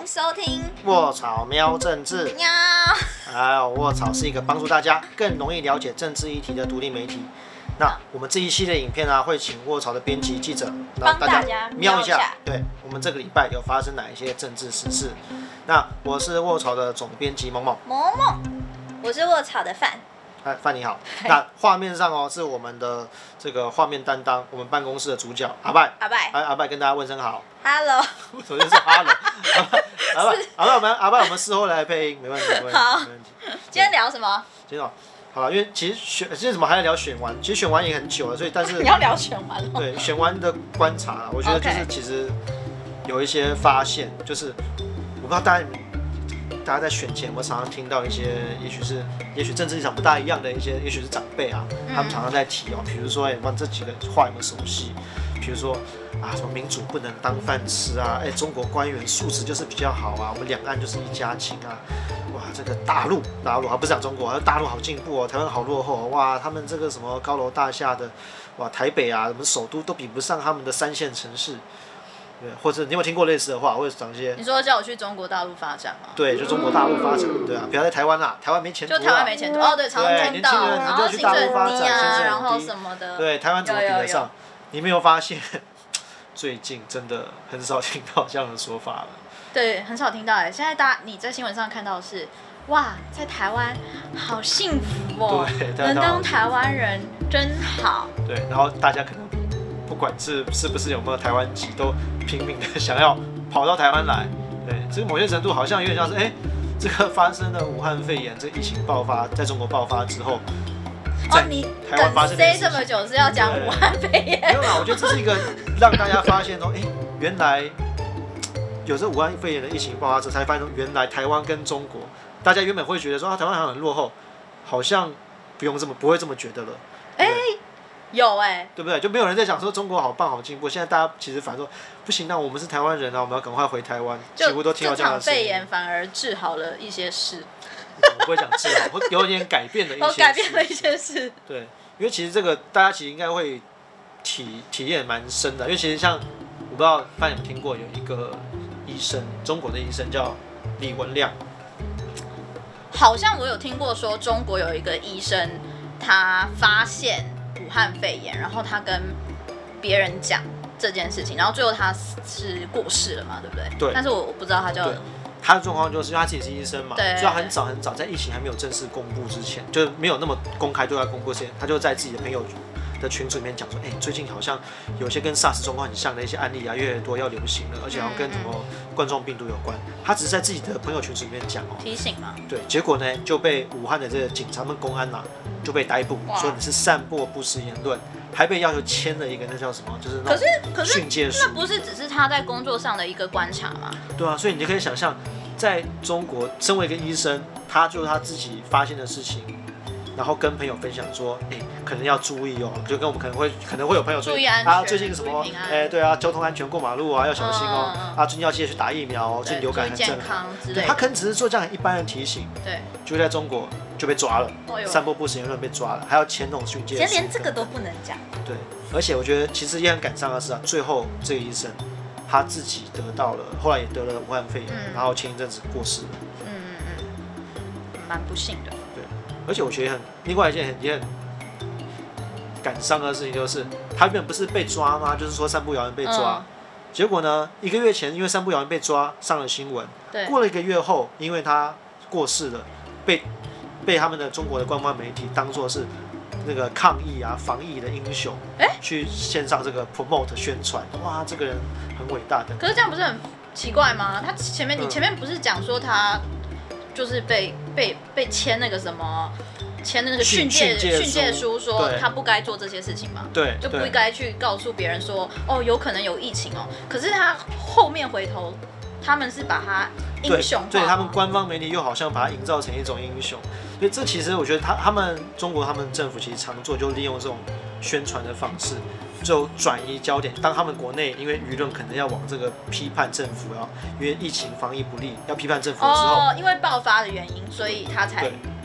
迎收听卧草喵政治。卧草是一个帮助大家更容易了解政治议题的独立媒体。那我们这一系列影片会请卧草的编辑记者帮大家瞄一下， 对我们这个礼拜有发生哪一些政治时事。那我是卧草的总编辑萌萌， 我是卧草的范。 范你好。那画面上是我们的这个画面担当，我们办公室的主角阿拜。阿拜跟大家问声好。 Hello。 首先是 Hello。阿拜，我们事后来配音，没问题。 好。今天聊什么？ 今天好了，因为其实怎么还在聊选完？其实选完也很久了，所以但是你要聊选完了。 对，选完的观察，我觉得就是其实有一些发现，就是我不知道大家在选前有没有常常听到一些，也许政治立场不大一样的一些，也许是长辈啊，他们常常在提比如说这几个话有没有熟悉？比如说什么民主不能当饭吃啊，中国官员素质就是比较好啊，我们两岸就是一家亲啊，哇，这个大陆不是讲中国，大陆好进步哦，台湾好落后哦，哇，他们这个什么高楼大厦的，哇，台北啊，什么首都都比不上他们的3线城市。对，或者你有没有听过类似的话，或者讲一些？ 你说叫我去中国大陆发展吗？ 对，就中国大陆发展，对啊，不要在台湾啦，台湾没前途。 就台湾没前途对，常常听到，然后薪水很低啊，然后什么的。 对，台湾怎么比得上？你没有发现，最近真的很少听到这样的说法了。对， 很少听到现在你在新闻上看到的是，哇，在台湾好幸福哦，能当台湾人真好。 对，然后大家可能不管是不是有没有台湾籍，都拼命的想要跑到台湾来。对，这个某些程度好像有点像是，这个发生了武汉肺炎这个疫情爆发，在中国爆发之后， 你台湾发生这么久是要讲武汉肺炎？ 没有啦，我觉得这是一个让大家发现原来有这武汉肺炎的疫情爆发之后，才发现原来台湾跟中国，大家原本会觉得说台湾好像很落后，好像不会这么觉得了。 有对不对？就没有人在讲说中国好棒好进步。现在大家其实反而说不行，那我们是台湾人啊，我们要赶快回台湾。几乎都听到这样的声音。 这场肺炎反而治好了一些事。 我不会讲治好，会有点改变了一些事。 改变了一些事。 对，因为其实这个大家其实应该会体验蛮深的，因为其实像我不知道大家有没有听过，有一个医生，中国的医生叫李文亮。 好像我有听过说中国有一个医生，他发现武汉肺炎，然后他跟别人讲这件事情，然后最后他是过世了嘛，对不对？ 对。 但是我不知道他叫。 他的状况就是因为他自己是医生嘛， 所以他很早在疫情还没有正式公布之前，就是没有那么公开对外公布之前，他就在自己的朋友的群组里面讲说，最近好像有些跟 SARS 状况很像的一些案例啊，越来越多要流行了，而且好像跟什么冠状病毒有关。他只是在自己的朋友群组里面讲提醒嘛。 对，结果呢就被武汉的这个警察们公安就被逮捕，说你是散播不实言论，还被要求签了一个那叫什么，就是那种训诫书。 那不是只是他在工作上的一个观察吗？对啊，所以你就可以想象，在中国，身为一个医生，他就是他自己发现的事情，然后跟朋友分享说，可能要注意哦，就跟我们可能会有朋友注意安全最近什么，对啊，交通安全过马路啊要小心哦，最近要记得去打疫苗哦，最近流感很正康之类的。 他可能只是做这样一般的提醒， 对， 就在中国就被抓了，散播不实言论被抓了，还要签那种训诫书， 连这个都不能讲。 对，而且我觉得其实也很感伤的是最后这个医生他自己得到了，后来也得了武汉肺炎，然后前一阵子过世了。 蛮不幸的。 对，而且我觉得另外一件也很感伤的事情就是，他原本不是被抓吗？就是说散布谣言被抓，结果呢，1个月前因为散布谣言被抓上了新闻，过了1个月后，因为他过世了，被他们的中国的官方媒体当作是那个抗疫防疫的英雄，去线上这个 promote 宣传，哇，这个人很伟大的。 可是这样不是很奇怪吗？他你前面不是讲说他就是被签那个什么，签那个训诫书，说他不该做这些事情嘛？ 对， 就不该去告诉别人说，有可能有疫情哦。可是他后面回头，他们是把他英雄化， 对他们官方媒体又好像把他营造成一种英雄。所以这其实我觉得他们中国他们政府其实常做就利用这种宣传的方式，就转移焦点。当他们国内因为舆论可能要往这个批判政府因为疫情防疫不力要批判政府的时候， 因为爆发的原因，所以他才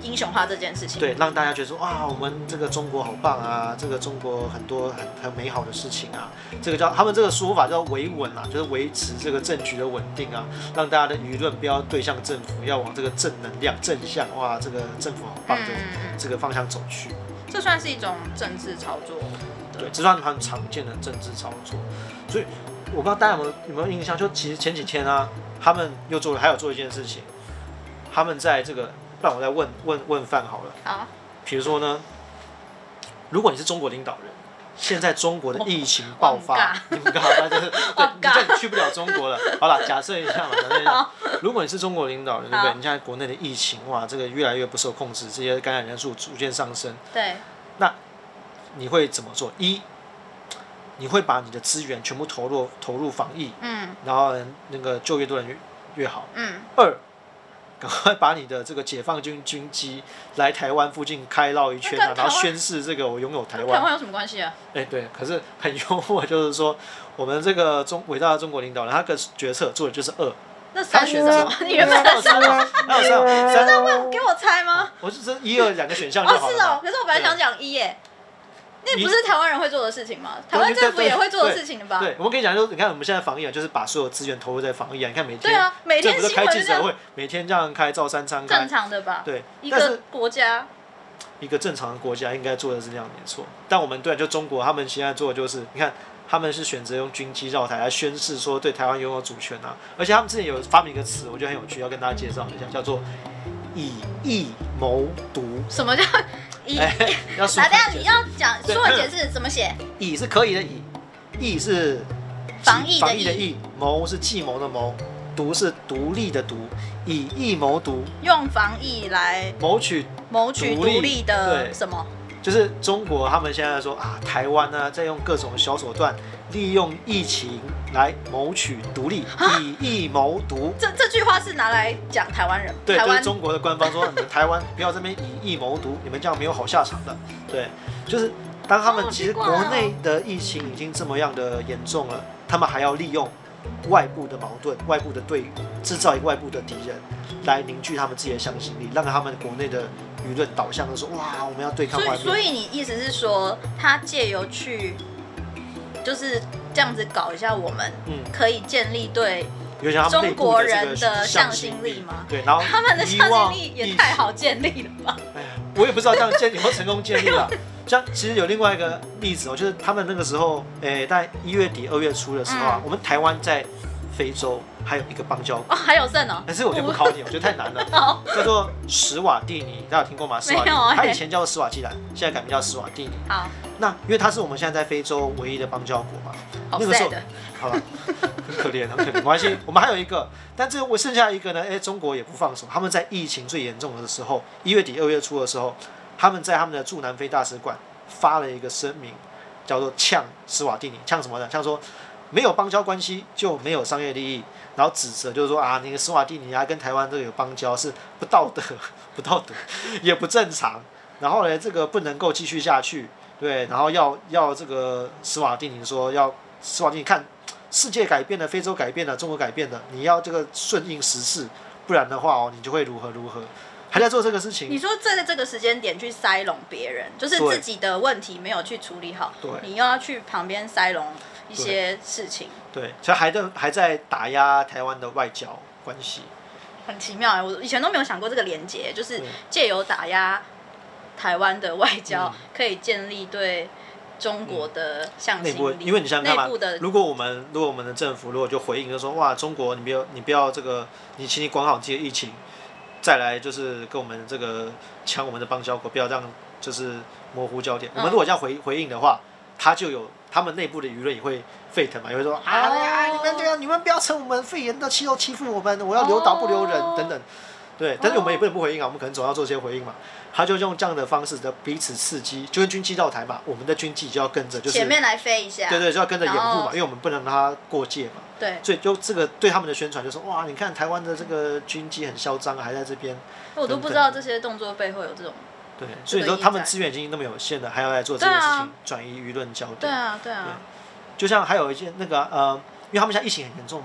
英雄化这件事情。 对，让大家觉得说哇，我们这个中国好棒啊，这个中国很多很美好的事情啊，这个叫他们这个说法叫维稳啊，就是维持这个政局的稳定啊，让大家的舆论不要对向政府，要往这个正能量正向，哇，这个政府好棒的这个方向走去。 这算是一种政治操作。 对，这算很常见的政治操作。所以我不知道大家有没有印象，就其实前几天啊，他们还有做一件事情，他们在这个，不然我再问范好了。 好。 比如说呢，如果你是中国领导人，现在中国的疫情爆发，你不干嘛？就是对，你去不了中国了。好了，假设一下嘛，如果你是中国领导人，对不对？你现在国内的疫情哇，这个越来越不受控制，这些感染人数逐渐上升。 对。 那你会怎么做？一，你会把你的资源全部投入防疫，然后那个就越多人越好。二，赶快把你的这个解放军军机来台湾附近开绕一圈啊，然后宣示这个我拥有台湾。 台湾有什么关系啊？ 对，可是很幽默，就是说我们这个伟大的中国领导人，他的决策做的就是二。 那三选什么？你原本的三， 这不给我猜吗？ 我是一二两个选项就好了。 是哦，可是我本来想讲一耶。那不是台湾人会做的事情吗？台湾政府也会做的事情的吧？ 对，我们可以讲，就是你看我们现在防疫啊，就是把所有资源投入在防疫啊。你看每天， 对啊，每天政府都开记者会，每天这样开，照三餐开， 正常的吧？ 对， 一个国家， 一个正常的国家应该做的是这样，没错。但我们就中国，他们现在做的就是，你看他们是选择用军机绕台来宣示说对台湾拥有主权啊，而且他们之前有发明一个词，我觉得很有趣，要跟大家介绍一下，叫做以疫谋独。 什么叫？ 要说， 等下你要讲说文解字怎么写？ 以是可以的以，疫是防疫的疫，谋是计谋的谋，独是独立的独，以疫谋独， 用防疫来谋取独立的什么？ 就是中国他们现在说啊，台湾呢在用各种小手段，利用疫情来谋取独立，以疫谋独。 这句话是拿来讲台湾人， 对，就是中国的官方说，你们台湾不要这边以疫谋独，你们这样没有好下场的。对，就是当他们其实国内的疫情已经这么样的严重了，他们还要利用外部的矛盾、外部的对立，制造一个外部的敌人，来凝聚他们自己的向心力，让他们国内的舆论导向的说，哇，我们要对抗外面。 所以你意思是说，他借由去就是这样子搞一下，我们可以建立对中国人的向心力吗？ 对，然后他们的向心力也太好建立了吧？ 哎呀，我也不知道这样有没有成功建立了。像其实有另外一个例子就是他们那个时候，在1月底2月初的时候啊，我们台湾在非洲还有一个邦交国， 还有剩哦。 但是我就不考你，我觉得太难了。叫做史瓦蒂尼，大家有听过吗？史瓦蒂尼，它以前叫做史瓦济兰，现在改名叫史瓦蒂尼。 好， 那因为它是我们现在在非洲唯一的邦交国嘛，那个时候，好了，很可怜，没关系，我们还有一个，但这我剩下一个呢，中国也不放手，他们在疫情最严重的时候，1月底2月初的时候，他们在他们的驻南非大使馆发了一个声明，叫做呛史瓦蒂尼，呛什么呢？呛说没有邦交关系就没有商业利益，然后指责就是说啊，那个史瓦蒂尼啊跟台湾这个有邦交是不道德，也不正常，然后呢这个不能够继续下去，对，然后要这个史瓦蒂尼说要史瓦蒂尼看世界改变了，非洲改变了，中国改变了，你要这个顺应时事，不然的话你就会如何，还在做这个事情。 你说在这个时间点去塞拢别人，就是自己的问题没有去处理好，你又要去旁边塞拢一些事情。 对，所以还在打压台湾的外交关系， 很奇妙哎，我以前都没有想过这个连结，就是借由打压台湾的外交，可以建立对中国的向心力。 因为你想想看嘛，如果我们的政府如果就回应就说，哇，中国你不要这个，你请你管好这些疫情，再来就是跟我们这个抢我们的邦交国，不要这样就是模糊焦点。我们如果这样回应的话，他们内部的舆论也会沸腾嘛，也会说你们不要趁我们肺炎的气候欺负我们，我要留岛不留人等等。对，但是我们也不能不回应啊，我们可能总要做些回应嘛。他就用这样的方式的彼此刺激，就跟军机绕台嘛，我们的军机就要跟着，就是前面来飞一下， 对，就要跟着掩护嘛，因为我们不能让它过界嘛。 对， 所以就这个对他们的宣传就说，哇，你看台湾的这个军机很嚣张，还在这边。 我都不知道这些动作背后有这种。 对，所以说他们资源已经那么有限了，还要来做这件事情，转移舆论焦点。 对啊。 就像还有一件那个因为他们现在疫情很严重嘛，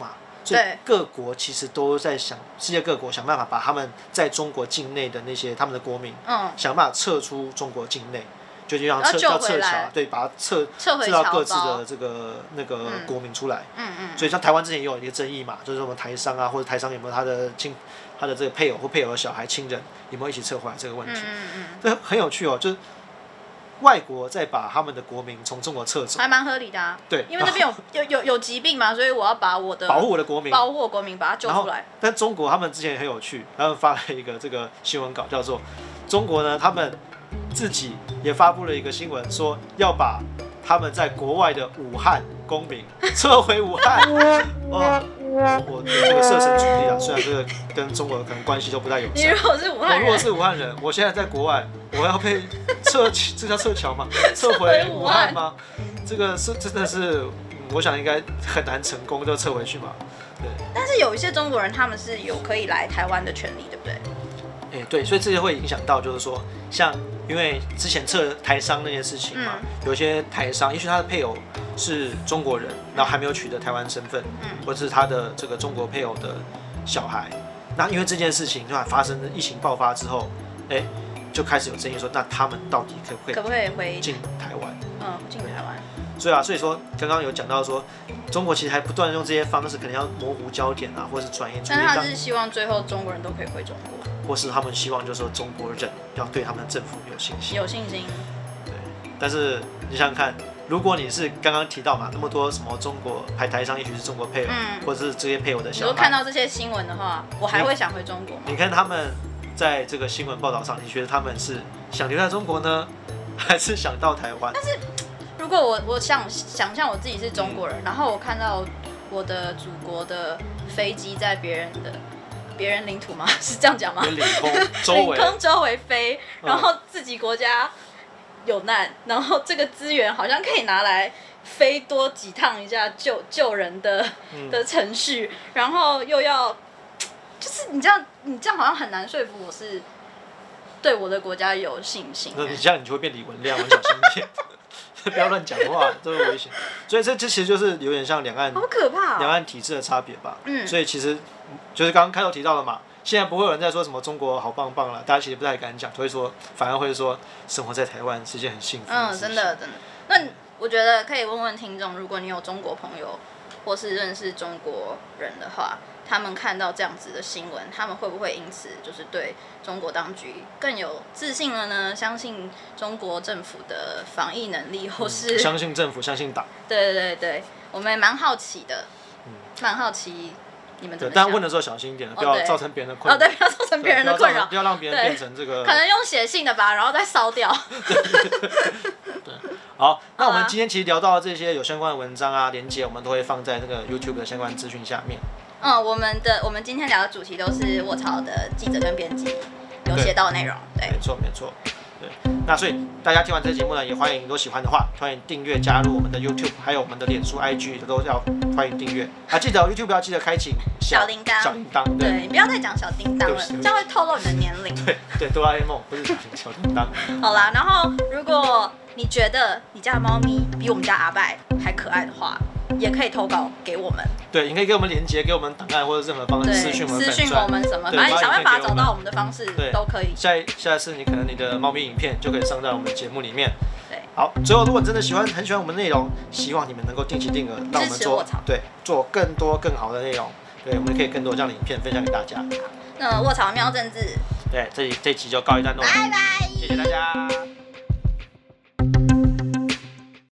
所以各国其实都在想，世界各国想办法把他们在中国境内的那些他们的国民，想办法撤出中国境内，就像要撤侨，对，把它撤到各自的这个那个国民出来。所以像台湾之前也有一个争议嘛，就是我们台商啊，或者台商有没有他的这个配偶或配偶的小孩、亲人有没有一起撤回来这个问题。这很有趣哦，就是外国在把他们的国民从中国撤走， 还蛮合理的啊。 对， 因为那边有疾病嘛，所以我要把保护我的国民， 把它救出来。 但中国他们之前也很有趣，他们发了一个这个新闻稿，叫做中国呢，他们自己也发布了一个新闻，说要把他们在国外的武汉公民撤回武汉。我这个设身处地啊，虽然这个跟中国可能关系都不太友善。 你如果是武汉人， 我如果是武汉人，我现在在国外，我要被这叫撤侨吗？撤回武汉吗？这个是真的是，我想应该很难成功就撤回去嘛。对。 但是有一些中国人，他们是有可以来台湾的权利，对不对？ 对，所以这些会影响到，就是说，像因为之前撤台商那件事情嘛，有一些台商，也许他的配偶是中国人，然后还没有取得台湾身份，或者是他的这个中国配偶的小孩，那因为这件事情发生疫情爆发之后，就开始有争议说，那他们到底可不可以回进台湾？ 进台湾。 所以说刚刚有讲到说，中国其实还不断用这些方式，可能要模糊焦点啊，或是转移注意力。 但他是希望最后中国人都可以回中国， 或是他们希望就是说中国人要对他们的政府有信心。对，但是你想想看，如果你是刚刚提到嘛，那么多什么中国台商，也许是中国配偶，或者是这些配偶的小孩。 如果看到这些新闻的话，我还会想回中国吗？ 你看他们在这个新闻报道上，你觉得他们是想留在中国呢，还是想到台湾？ 但是如果我想象我自己是中国人，然后我看到我的祖国的飞机在别人领土吗？是这样讲吗？ 领空周围飞，然后自己国家有难，然后这个资源好像可以拿来飞多几趟一下救人的程序，然后又要就是你这样好像很难说服我是对我的国家有信心。 你这样你就会变李文亮，很小心一点。不要乱讲话，这是危险。所以这其实就是有点像两岸， 好可怕两岸体制的差别吧。所以其实就是刚刚开头提到的嘛，现在不会有人在说什么中国好棒棒了，大家其实不太敢讲，反而会说生活在台湾是件很幸福的事情。 真的。那我觉得可以问问听众，如果你有中国朋友或是认识中国人的话，他们看到这样子的新闻，他们会不会因此就是对中国当局更有自信了呢？相信中国政府的防疫能力，或是相信政府，相信党。 对，我们蛮好奇的，蛮好奇你们怎么想。 但问的时候小心一点，不要造成别人的困扰。 对，不要造成别人的困扰， 不要让别人变成这个。 可能用写信的吧，然后再烧掉。 对。好，那我们今天其实聊到这些有相关的文章啊、连结，我们都会放在那个 YouTube 的相关资讯下面。 我们今天聊的主题都是卧槽的记者跟编辑有写到的内容。对， 没错。对，那所以大家听完这个节目呢，也欢迎如果喜欢的话，欢迎订阅加入我们的 YouTube， 还有我们的脸书、IG 都要欢迎订阅啊！记得 YouTube 要记得开启小铃铛。对，你不要再讲小叮当了，这样会透露你的年龄。 对，哆啦 A 梦不是小叮当。 好啦，然后如果你觉得你家的猫咪比我们家阿拜还可爱的话，也可以投稿给我们。 对，你可以给我们连结，给我们档案或者任何方式私讯我们什么，反正你想办法找到我们的方式都可以。下一次你可能你的猫咪影片就可以上在我们的节目里面。 对， 好，最后如果真的很喜欢我们的内容，希望你们能够定期定额让我们做更多更好的内容。对，我们可以更多这样的影片分享给大家。 那卧槽喵政治， 对，这一集就告一段落了， 拜拜， 谢谢大家。